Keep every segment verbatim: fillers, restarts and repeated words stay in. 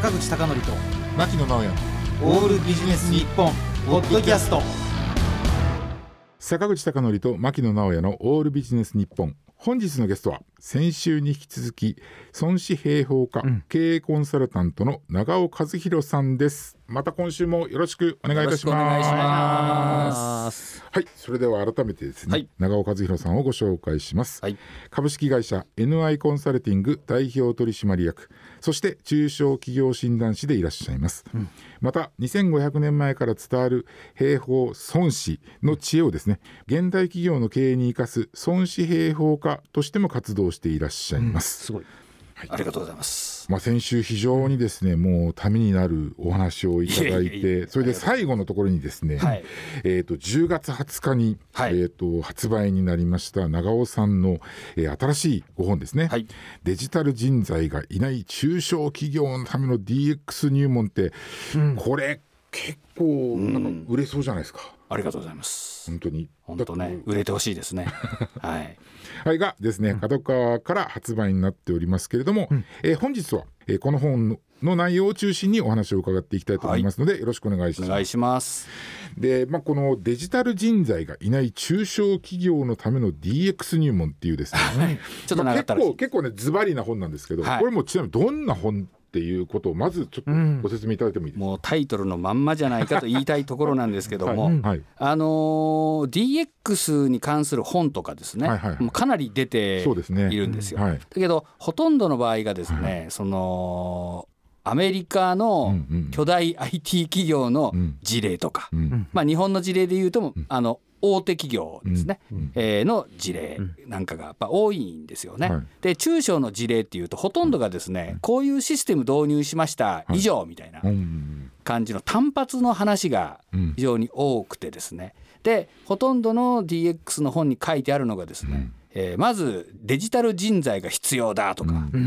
坂口孝則と牧野直哉オールビジネス日本ポッドキャスト。 坂口孝則と牧野直哉のオールビジネス日本。本日のゲストは先週に引き続き孫子兵法家、うん、経営コンサルタントの長尾和弘さんです。また今週もよろしくお願いいたします。よろしくお願いします。はい、それでは改めてですね、はい、長尾和弘さんをご紹介します、はい、株式会社 エヌアイ コンサルティング代表取締役、そして中小企業診断士でいらっしゃいます、うん、またにせんごひゃくねんまえから伝わる兵法孫子の知恵をですね、現代企業の経営に生かす孫子兵法家としても活動していらっしゃいます、 うん、すごい、はい、ありがとうございます。 まあ、先週非常にですね、もうためになるお話をいただいて、いやいやいや、それで最後のところにですね、はい、えー、とじゅうがつはつかに、はい、えー、と発売になりました長尾さんの、えー、新しいご本ですね、はい、デジタル人材がいない中小企業のための ディーエックス 入門って、うん、これ結構なんか売れそうじゃないですか、 うん、ありがとうございます。 本当に本当ね、売れてほしいですねはい、 はい、がですね、角川から発売になっておりますけれども、うん、えー、本日は、えー、この本の内容を中心にお話を伺っていきたいと思いますので、はい、よろしくお願いします。 お願いします。 で、まあ、このデジタル人材がいない中小企業のための ディーエックス 入門っていうですね、はい、 ちょっと長ったらしい、 まあ、結構、結構ねズバリな本なんですけど、はい、これもちなみにどんな本っていうことをまずちょっとご説明いただいてもいいですか。 うん、もうタイトルのまんまじゃないかと言いたいところなんですけども、はいはい、あのー、ディーエックス に関する本とかですね、はいはいはい、もうかなり出ているんですよ。そうですね、うん、はい、だけどほとんどの場合がですね、はい、そのアメリカの巨大 アイティー 企業の事例とか、うんうん、まあ、日本の事例でいうと、うん、あの大手企業ですね、うん、えー、の事例なんかがやっぱ多いんですよね、はい、で中小の事例っていうとほとんどがですね、こういうシステム導入しました以上みたいな感じの単発の話が非常に多くてですね、でほとんどの ディーエックス の本に書いてあるのがですね、うん、えー、まずデジタル人材が必要だとか、うん、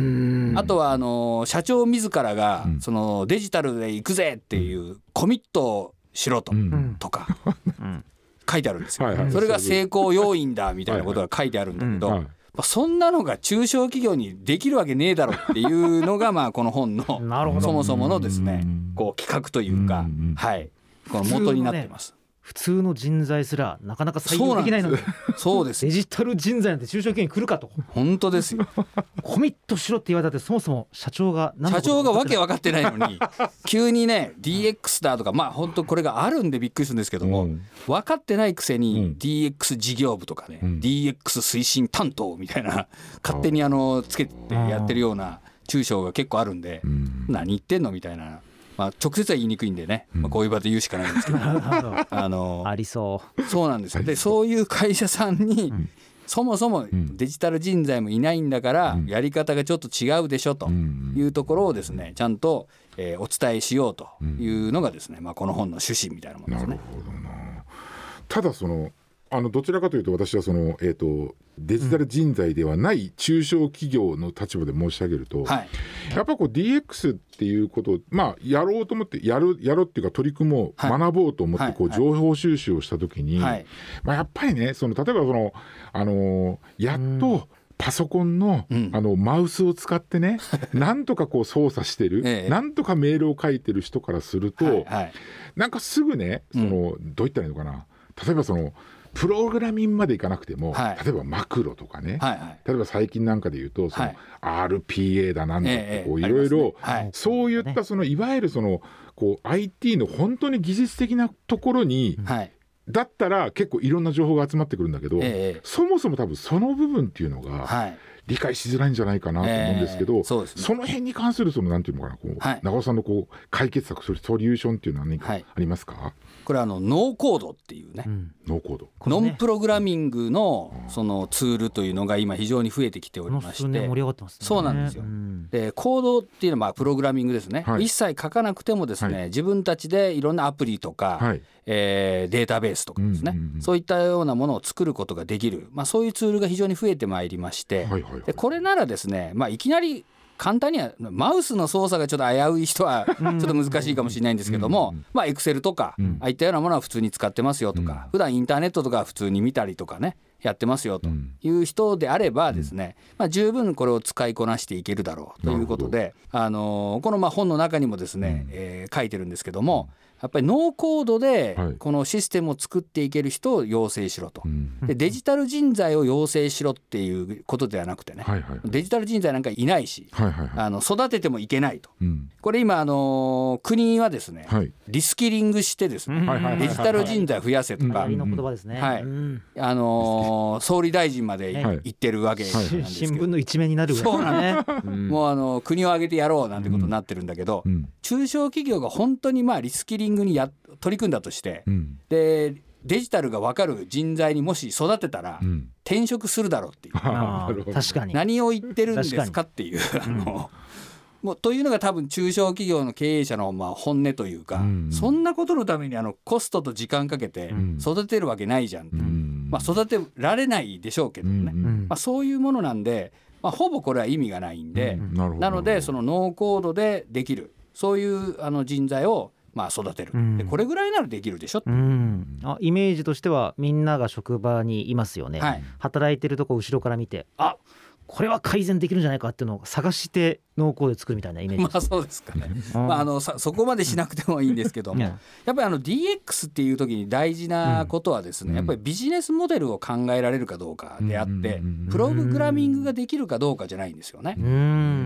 あとはあの社長自らがそのデジタルで行くぜっていうコミットしろと、うん、とか、うん、書いてあるんですよ、はいはい、それが成功要因だみたいなことが書いてあるんだけど、はいはい、まあ、そんなのが中小企業にできるわけねえだろっていうのがまあこの本のそもそものですね、こう企画というか、はい、この元になってます。 普通の人材すらなかなか採用できないので、 そうです。 デジタル人材なんて中小企業に来るかと。 本当ですよコミットしろって言われたって、そもそも社長が社長がわけ分かってないのに急にね ディーエックス だとか、まあ本当これがあるんでびっくりするんですけども、うん、分かってないくせに ディーエックス 事業部とかね、うん、ディーエックス 推進担当みたいな勝手にあのつけてやってるような中小が結構あるんで、うん、何言ってんのみたいな、まあ、直接は言いにくいんでね、まあ、こういう場で言うしかないんですけど、うん、あのありそうそうなんですよ。でそういう会社さんに、うん、そもそもデジタル人材もいないんだから、うん、やり方がちょっと違うでしょというところをですね、ちゃんと、えー、お伝えしようというのがですね、まあ、この本の趣旨みたいなものですね。 なるほどな。ただそのあのどちらかというと私はその、えーと、デジタル人材ではない中小企業の立場で申し上げると、うん、はい、やっぱこう ディーエックス っていうことを、まあ、やろうと思ってやるやろうっていうか取り組もう、はい、学ぼうと思ってこう情報収集をしたときに、はい、まあ、やっぱりね、その例えばその、あのー、やっとパソコン の,、うん、あのマウスを使ってねなんとかこう操作してる、ええ、なんとかメールを書いてる人からすると、はいはい、なんかすぐね、その、うん、どう言ったらいいのかな、例えばそのプログラミングまでいかなくても、はい、例えばマクロとかね、はいはい、例えば最近なんかで言うとその アールピーエー だなんだってこういろいろそういったそのいわゆるそのこう アイティー の本当に技術的なところに、はい、だったら結構いろんな情報が集まってくるんだけど、ええ、そもそも多分その部分っていうのが、はい、理解しづらいんじゃないかなと思うんですけど、えー そ, うですね、その辺に関するそのなんていうのかな、こう、はい、長尾さんのこう解決策、ソリューションっていうのは何かありますか？はい、 これはあのノーコードっていうね、うん、 ノーコード、 ノンプログラミング の, そのツールというのが今非常に増えてきておりまして、 盛り上がってますね。 そうなんですよ、うん、でコードっていうのはまあプログラミングですね、はい、一切書かなくてもですね、はい、自分たちでいろんなアプリとか、はい、えー、データベースとかですね、うんうんうん、そういったようなものを作ることができる、まあ、そういうツールが非常に増えてまいりまして、はいはいはい、でこれならですね、まあ、いきなり簡単にはマウスの操作がちょっと危うい人はちょっと難しいかもしれないんですけども、まあエクセルとかああいったようなものは普通に使ってますよとか、普段インターネットとか普通に見たりとかね、 やってますよという人であればですね、まあ、十分これを使いこなしていけるだろうということで、あのこのまあ本の中にもですね、えー、書いてるんですけども、やっぱりノーコードでこのシステムを作っていける人を養成しろと、でデジタル人材を養成しろっていうことではなくてね、デジタル人材なんかいないし、あの育ててもいけないと、これ今あの国はですね、リスキリングしてですね、デジタル人材増やせとか、あの総理大臣まで言ってるわけなんですけど、 新聞の一面になるぐらい、 そうなんですもうあの国を挙げてやろうなんてことになってるんだけど、中小企業が本当にまあリスキリングにや取り組んだとして、うん、でデジタルが分かる人材にもし育てたら、うん、転職するだろうっていう、 あ確かに何を言ってるんですかっていう、あの、うん、もうというのが多分中小企業の経営者のまあ本音というか、うん、そんなことのためにあのコストと時間かけて育てるわけないじゃんって、うん、まあ、育てられないでしょうけどね、うんうん、まあ、そういうものなんで、まあ、ほぼこれは意味がないんで、うん、な, なのでそのノーコードでできるそういうあの人材をまあ育てる、でこれぐらいならできるでしょって、うん、 あイメージとしてはみんなが職場にいますよね、はい、働いてるとこ後ろから見て、あこれは改善できるんじゃないかっていうのを探してノーコードで作るみたいなイメージ。 まあそうですかねまあ、あのそこまでしなくてもいいんですけども、やっぱりあの ディーエックス っていう時に大事なことはですね、うん、やっぱりビジネスモデルを考えられるかどうかであって、うん、プログラミングができるかどうかじゃないんですよね。うん、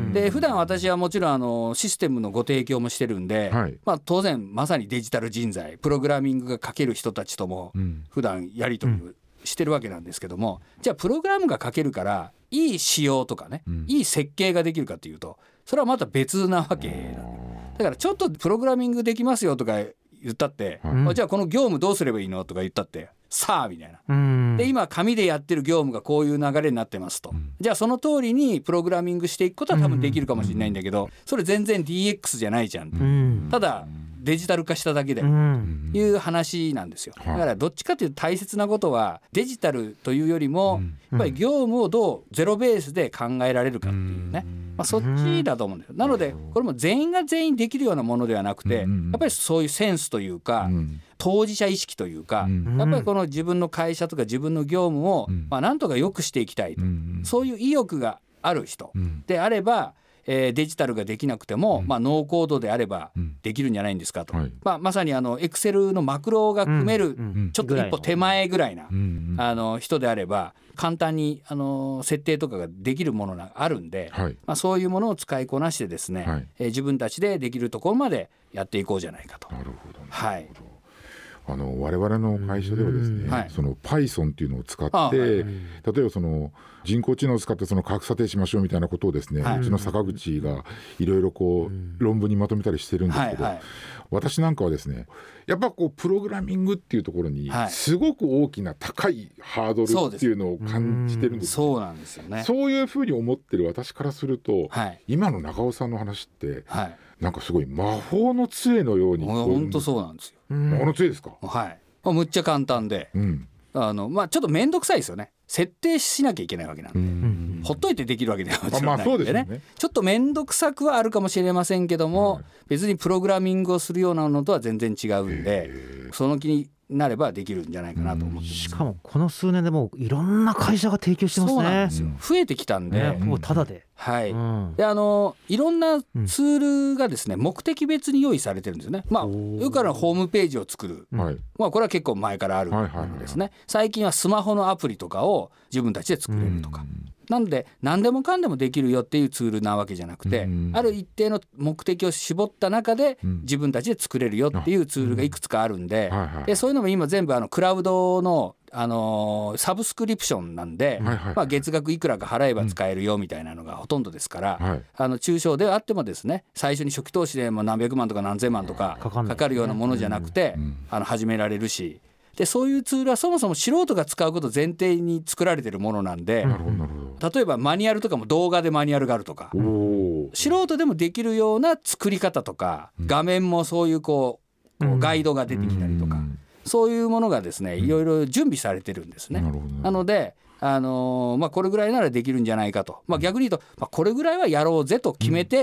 で普段私はもちろんあのシステムのご提供もしてるんで、はい、まあ、当然まさにデジタル人材プログラミングが書ける人たちとも普段やり取りをしてるわけなんですけども、じゃあプログラムが書けるからいい仕様とかね、うん、いい設計ができるかっていうとそれはまた別なわけなんで、だからちょっとプログラミングできますよとか言ったって、うん、じゃあこの業務どうすればいいのとか言ったってさあみたいな、うん、で今紙でやってる業務がこういう流れになってますと、うん、じゃあその通りにプログラミングしていくことは多分できるかもしれないんだけど、それ全然 ディーエックス じゃないじゃん、うん、ただデジタル化しただけでいう話なんですよ。だからどっちかというと大切なことはデジタルというよりもやっぱり業務をどうゼロベースで考えられるかっていうね、まあ、そっちだと思うんですよ。なのでこれも全員が全員できるようなものではなくて、やっぱりそういうセンスというか当事者意識というか、やっぱりこの自分の会社とか自分の業務をまあなんとか良くしていきたいと、そういう意欲がある人であればえー、デジタルができなくても、うんまあ、ノーコードであればできるんじゃないんですかと、うんはいまあ、まさにあのエクセルのマクロが組める、うんうん、ちょっと一歩手前ぐらいな、うんうん、あの人であれば簡単にあの設定とかができるものがあるんで、はいまあ、そういうものを使いこなしてですね、はいえー、自分たちでできるところまでやっていこうじゃないかと。 なるほど、ね、 はい、 あの我々の会社ではですね、はい、その Python っていうのを使って、はい、例えばその人工知能を使ってその価格査定しましょうみたいなことをですね、はい、うちの坂口がいろいろこう論文にまとめたりしてるんですけど、はいはい、私なんかはですねやっぱこうプログラミングっていうところにすごく大きな高いハードルっていうのを感じてるんです。 そうなんですよね。 そういうふうに思ってる私からすると、はい、今の長尾さんの話って、はい、なんかすごい魔法の杖のように。 本当そうなんですよ。 魔法の杖ですか。 はい、むっちゃ簡単で、うんあのまあ、ちょっと面倒くさいですよね。設定しなきゃいけないわけなんで、うん、ほっといてできるわけではもちろんないんでね、ちょっと面倒くさくはあるかもしれませんけども、はい、別にプログラミングをするようなのとは全然違うんで、その気になればできるんじゃないかなと思ってます。 しかもこの数年でもういろんな会社が提供してますね。 そうなんですよ、増えてきたんで、 ね、もうタダで、 はいうん、であのいろんなツールがですね、うん、目的別に用意されてるんですよね。まあよくあるホームページを作る、はいまあ、これは結構前からあるものですね、はいはいはい、最近はスマホのアプリとかを自分たちで作れるとか、うんなので何でもかんでもできるよっていうツールなわけじゃなくて、うん、ある一定の目的を絞った中で自分たちで作れるよっていうツールがいくつかあるんで、うん、でそういうのも今全部あのクラウドの、あのー、サブスクリプションなんで、はいはいまあ、月額いくらか払えば使えるよみたいなのがほとんどですから、うん、あの中小であってもですね最初に初期投資でも何百万とか何千万とかかかるようなものじゃなくて、うん、あの始められるしでそういうツールはそもそも素人が使うことを前提に作られているものなんで、例えばマニュアルとかも動画でマニュアルがあるとか素人でもできるような作り方とか、うん、画面もそういうこう、こうガイドが出てきたりとか、うん、そういうものがですねいろいろ準備されてるんですね。なるほどね。なのであのーまあ、これぐらいならできるんじゃないかと、まあ、逆に言うと、まあ、これぐらいはやろうぜと決めて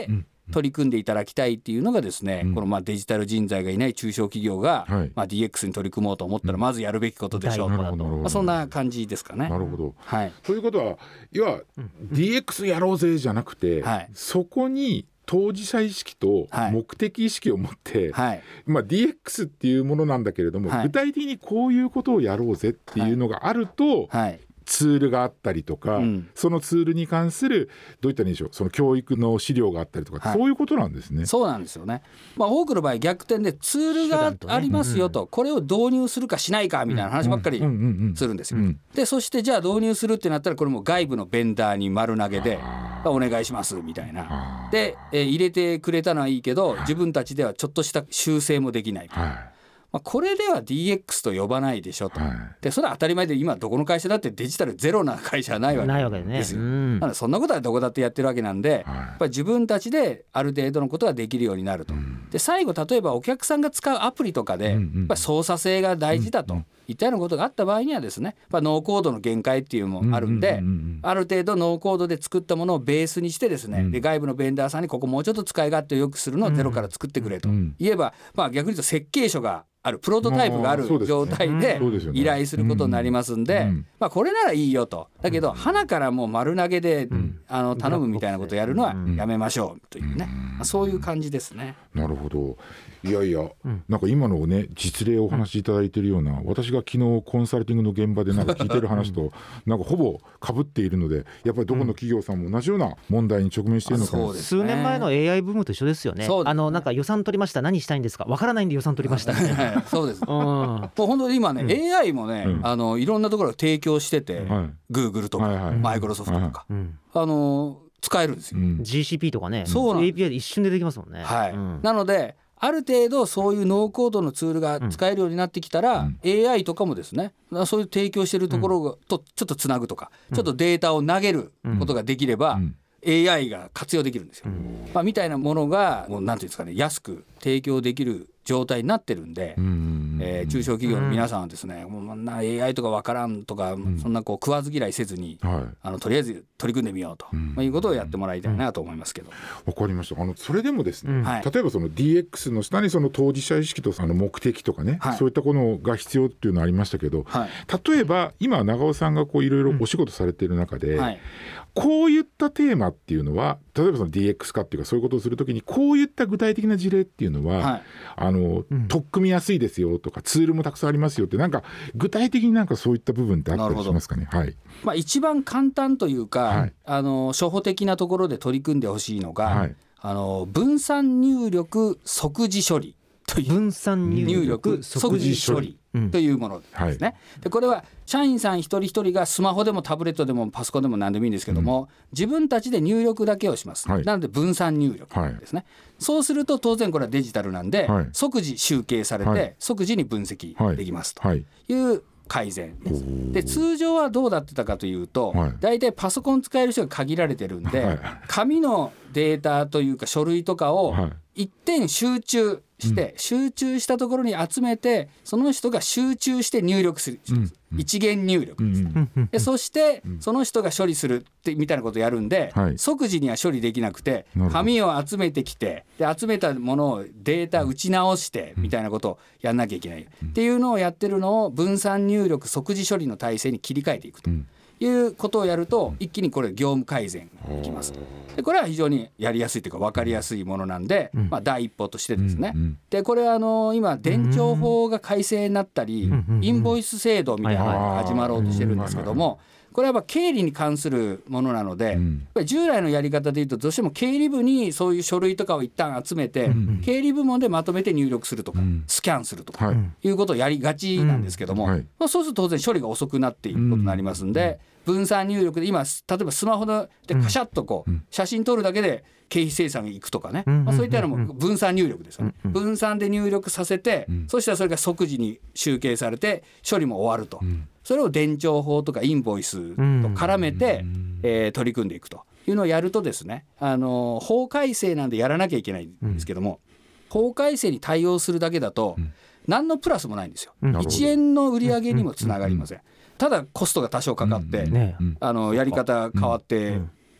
取り組んでいただきたいっていうのがですね、うん、このまあデジタル人材がいない中小企業が、はい、まあ ディーエックス に取り組もうと思ったらまずやるべきことでしょうと、うんまあ、そんな感じですかね。 なるほど、はい、ということは要は ディーエックス やろうぜじゃなくて、はい、そこに当事者意識と目的意識を持って、はいまあ、ディーエックス っていうものなんだけれども、はい、具体的にこういうことをやろうぜっていうのがあると、はいはいツールがあったりとか、うん、そのツールに関するどういったらいいんでしょうその教育の資料があったりとか、はい、そういうことなんですね。 そうなんですよね、まあ、多くの場合逆転でツールがありますよと、ねうん、これを導入するかしないかみたいな話ばっかりするんですよ。でそしてじゃあ導入するってなったらこれも外部のベンダーに丸投げでお願いしますみたいなで、えー、入れてくれたのはいいけど自分たちではちょっとした修正もできない、はいまあ、これでは ディーエックス と呼ばないでしょと、はい、でそれは当たり前で今どこの会社だってデジタルゼロな会社はないわけですよ。ないわけね、うん、なのでそんなことはどこだってやってるわけなんで、はい、やっぱり自分たちである程度のことができるようになると、うん、で最後例えばお客さんが使うアプリとかでやっぱり操作性が大事だと、うんうんいったようなことがあった場合にはですねやっぱノーコードの限界っていうのもあるんで、うんうんうんうん、ある程度ノーコードで作ったものをベースにしてですね、うん、で外部のベンダーさんにここもうちょっと使い勝手を良くするのをゼロから作ってくれと言えば、まあ、逆に言うと設計書があるプロトタイプがある状態で依頼することになりますんで、まあ、これならいいよと。だけど花からもう丸投げであの頼むみたいなことをやるのはやめましょうというね、そういう感じですね。 なるほど。いやいやなんか今のね実例をお話しいただいているような私が昨日コンサルティングの現場でなんか聞いてる話となんかほぼ被っているのでやっぱりどこの企業さんも同じような問題に直面しているのかな、うんね、 数年前の エーアイ ブームと一緒ですよね。あのなんか予算取りました何したいんですかわからないんで予算取りましたみたいなそうです、うん、もう本当に今ね、うん、エーアイ もね、うん、あのいろんなところが提供してて、はい、Google とか、はいはい、マイクロソフトとか、はいはい、あの使えるんですよ、うん、 ジーシーピー とかねそうなん エーピーアイ で一瞬でできますもんね、 はいうん、 なのである程度そういうノーコードのツールが使えるようになってきたら、うん、エーアイ とかもですねそういう提供してるところとちょっとつなぐとか、うん、ちょっとデータを投げることができれば、うん、エーアイ が活用できるんですよ、うんまあ、みたいなものがもうなんていうんですかね安く提供できる状態になってるんで、うんえー、中小企業の皆さんはですね、うん、もうな エーアイ とかわからんとか、うん、そんなこう食わず嫌いせずに、はい、あのとりあえず取り組んでみようと、うんまあ、いうことをやってもらいたいなと思いますけど。 わかりました。あのそれでもですね、うん、例えばその ディーエックス の下にその当事者意識とその目的とかね、はい、そういったものが必要っていうのありましたけど、はい、例えば今長尾さんがこういろいろお仕事されている中で、うんはいこういったテーマっていうのは例えばその ディーエックス 化っていうかそういうことをするときにこういった具体的な事例っていうのは、はい、あのうん、取っ組みやすいですよとかツールもたくさんありますよってなんか具体的になんかそういった部分ってあったりしますかね。はい、 まあ、一番簡単というか、はい、あの初歩的なところで取り組んでほしいのが、はい、あの分散入力即時処理という分散入力即時処理というものですね、はい、でこれは社員さん一人一人がスマホでもタブレットでもパソコンでも何でもいいんですけども、うん、自分たちで入力だけをします、はい、なので分散入力ですね、はい、そうすると当然これはデジタルなんで、はい、即時集計されて、はい、即時に分析できますという改善です。で通常はどうだってたかというと、はい、だいたいパソコン使える人が限られてるんで、はい、紙のデータというか書類とかを一点集中して、うん、集中したところに集めてその人が集中して入力する、うん、一元入力です、ねうん、でそしてその人が処理するってみたいなことをやるんで、はい、即時には処理できなくて紙を集めてきてで集めたものをデータ打ち直してみたいなことをやんなきゃいけない、うん、っていうのをやってるのを分散入力即時処理の体制に切り替えていくということをやると一気にこれ業務改善ができます。でこれは非常にやりやすいというか分かりやすいものなんで、まあ、第一歩としてですね、でこれはあの今伝承法が改正になったりインボイス制度みたいなのが始まろうとしてるんですけどもこれはやっぱ経理に関するものなので、うん、やっぱり従来のやり方でいうとどうしても経理部にそういう書類とかを一旦集めて、うん、経理部門でまとめて入力するとか、うん、スキャンするとか、はい、いうことをやりがちなんですけども、うんはいまあ、そうすると当然処理が遅くなっていくことになりますんで、うん、分散入力で今例えばスマホでカシャッとこう、うん、写真撮るだけで経費精算に行くとかね、うんまあ、そういったのも分散入力ですよね、うん、分散で入力させて、うん、そしたらそれが即時に集計されて処理も終わると、うんそれを伝承法とかインボイスと絡めて、うんえー、取り組んでいくというのをやるとですねあの法改正なんでやらなきゃいけないんですけども、うん、法改正に対応するだけだと、うん、何のプラスもないんですよ、うん、いちえんの売り上げにもつながりません、うん、ただコストが多少かかって、うんね、あのやり方変わって、うん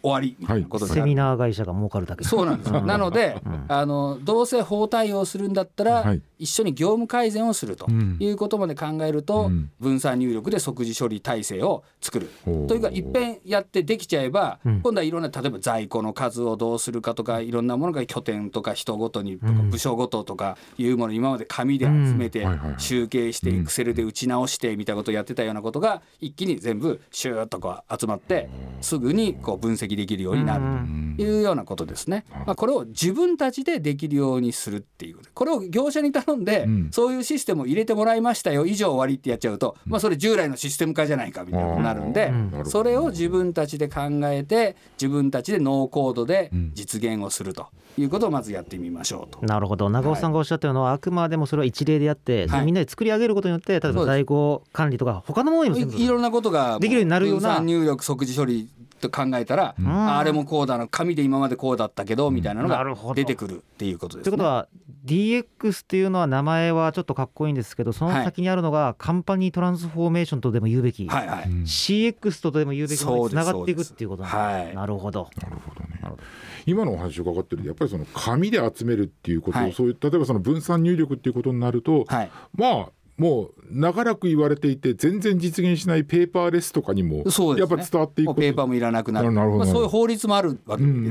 終わりみたいなことになる、 セミナー会社が儲かるだけ。 そうなんですよ。なので、うん、あのどうせ法対応するんだったら、はい、一緒に業務改善をするということまで考えると、うん、分散入力で即時処理体制を作る、うん、というかいっぺんやってできちゃえば、うん、今度はいろんな例えば在庫の数をどうするかとかいろんなものが拠点とか人ごとにとか部署ごととかいうものを今まで紙で集めて集計してエクセルで打ち直してみたいなことをやってたようなことが一気に全部シューッとこう集まってすぐにこう分析できるようになるというようなことですね。まあ、これを自分たちでできるようにするっていう、これを業者に頼んでそういうシステムを入れてもらいましたよ以上終わりってやっちゃうと、まあそれ従来のシステム化じゃないかみたいなことになるんで、それを自分たちで考えて自分たちでノーコードで実現をするということをまずやってみましょうと。 なるほど。長尾さんがおっしゃったのは、はい、あくまでもそれは一例でやって、はい、みんなで作り上げることによって例えば在庫管理とか他のものにも全部いろんなことができるようになるような、 分散入力即時処理と考えたら、うん、あれもこうだな、紙で今までこうだったけどみたいなのが出てくるっていうことですね。 ということは ディーエックス っていうのは名前はちょっとかっこいいんですけど、その先にあるのがカンパニートランスフォーメーションとでも言うべき、はいはい、シーエックス とでも言うべきものにつながっていくっていうことなんです。はい、なるほど。 なるほどね。今のお話を伺ってるとやっぱりその紙で集めるっていうことを、はい、そういう例えばその分散入力っていうことになると、はい、まあもう長らく言われていて全然実現しないペーパーレスとかにもやっぱり伝わっていく、 ね、ペーパーもいらなくなる、なるほど、まあ、そういう法律もあるわけです、うんうん、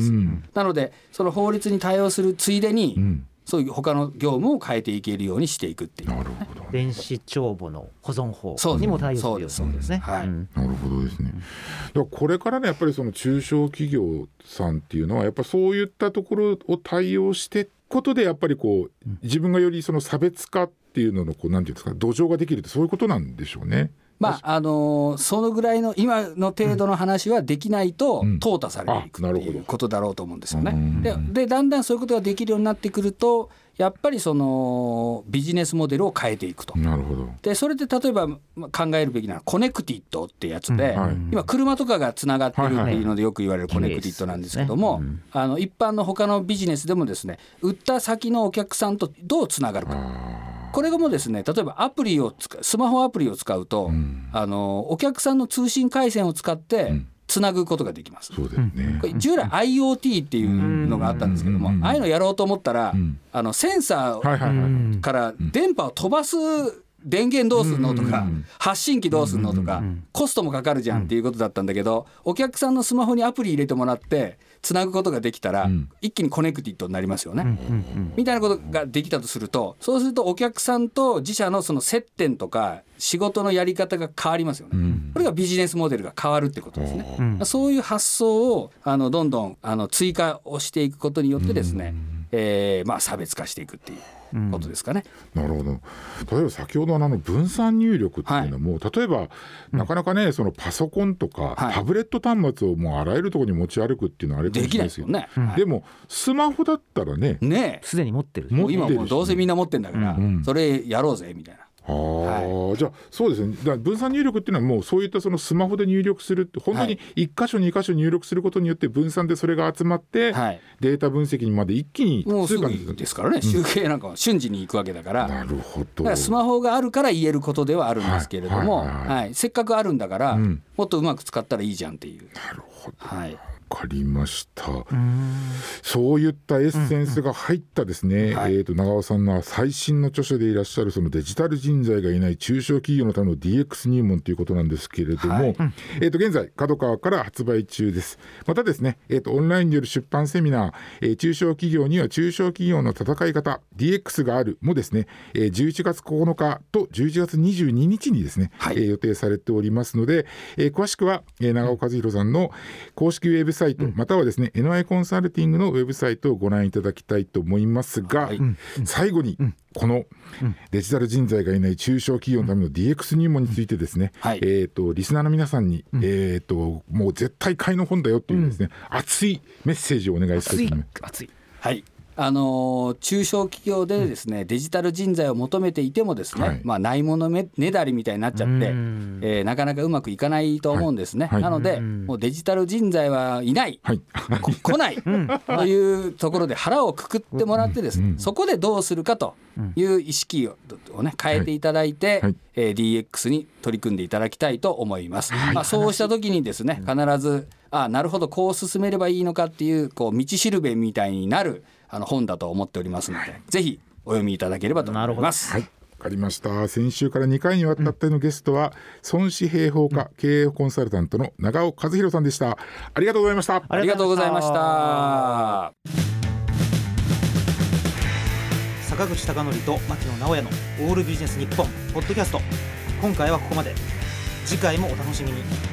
なのでその法律に対応するついでに、うん、そういう他の業務を変えていけるようにしていくっていう、ね、なるほど。 電子帳簿の保存法にも対応するようですね。 はい、うん、なるほどですね。だからこれからねやっぱりその中小企業さんっていうのはやっぱそういったところを対応していくことでやっぱりこう自分がよりその差別化っていうののこうなんていうんですか、土壌ができるってそういうことなんでしょうね。 まああのー、そのぐらいの今の程度の話はできないと淘汰されていくっていうことだろうと思うんですよね。で、でだんだんそういうことができるようになってくるとやっぱりそのビジネスモデルを変えていくと。 なるほど。 でそれで例えば考えるべきなのはコネクティッドってやつで、うんはい、今車とかがつながってるっていうのでよく言われるコネクティッドなんですけども、はいはい、あの一般の他のビジネスでもですね、売った先のお客さんとどうつながるか、これがもうですね、例えばアプリを使うスマホアプリを使うと、うん、あのお客さんの通信回線を使ってつなぐことができます。 そうですね。 これ従来 アイオーティー っていうのがあったんですけども、ああいうのやろうと思ったら、うん、あのセンサーから電波を飛ばす電源どうするのとか、発信機どうするのとか、コストもかかるじゃんっていうことだったんだけど、お客さんのスマホにアプリ入れてもらってつなぐことができたら、一気にコネクティッドになりますよね、みたいなことができたとすると、そうするとお客さんと自社のその接点とか仕事のやり方が変わりますよね。これがビジネスモデルが変わるってことですね。そういう発想をあのどんどんあの追加をしていくことによってですね、えーまあ、差別化していくっていうことですかね。 うん、なるほど。例えば先ほどのあの分散入力っていうのも、はい、例えばなかなかねそのパソコンとか、はい、タブレット端末をもうあらゆるところに持ち歩くっていうのはあれかもしれないですよ。できないですよね。でもスマホだったらね、 ねすでに持ってる。 もう今もうどうせみんな持ってるんだから、うん、それやろうぜみたいな。 あはい、じゃあそうですね。だから分散入力っていうのはもうそういったそのスマホで入力するって本当にいっ箇所に箇所入力することによって分散でそれが集まって、はい、データ分析にまで一気にもうすぐですからね、集計なんかは瞬時に行くわけだから、 うん、なるほど。 だからスマホがあるから言えることではあるんですけれども、はいはいはいはい、せっかくあるんだから、うん、もっとうまく使ったらいいじゃんっていう。 なるほど、はいわかりました。そういったエッセンスが入ったですね、うんうんはい、えーと長尾さんの最新の著書でいらっしゃるそのデジタル人材がいない中小企業のための ディーエックス 入門ということなんですけれども、はい、えーと現在角川から発売中です。またですね、えーとオンラインによる出版セミナー、えー、中小企業には中小企業の戦い方 ディーエックス があるもですね、えー、じゅういちがつここのかとじゅういちがつにじゅうににちにですね、はいえー、予定されておりますので、えー、詳しくは、えー、長尾和弘さんの公式ウェブサイトサイト、うん、またはですね エヌアイ コンサルティングのウェブサイトをご覧いただきたいと思いますが、はい、最後にこのデジタル人材がいない中小企業のための ディーエックス 入門についてですね、はいえー、とリスナーの皆さんに、うんえー、ともう絶対買いの本だよというですね、うん、熱いメッセージをお願いしたいと思います。 熱い熱いはいあのー、中小企業でですね、うん、デジタル人材を求めていてもですね、はいまあ、ないものねだりみたいになっちゃって、えー、なかなかうまくいかないと思うんですね、はいはい、なのでもうデジタル人材はいない、はい、来ないというところで腹をくくってもらってですね、うん、そこでどうするかという意識を、ね、変えていただいて、はいえー、ディーエックス に取り組んでいただきたいと思います、はいまあ、そうした時にですね必ずあなるほどこう進めればいいのかっていう、こう道しるべみたいになるあの本だと思っておりますので、ぜひお読みいただければと思います。 はい、わかりました。先週からにかいにわたってのゲストは、うん、孫子兵法科経営コンサルタントの長尾和弘さんでした。ありがとうございました。 ありがとうございました。 坂口孝則と牧野直哉のオールビジネス日本ポッドキャスト、今回はここまで。次回もお楽しみに。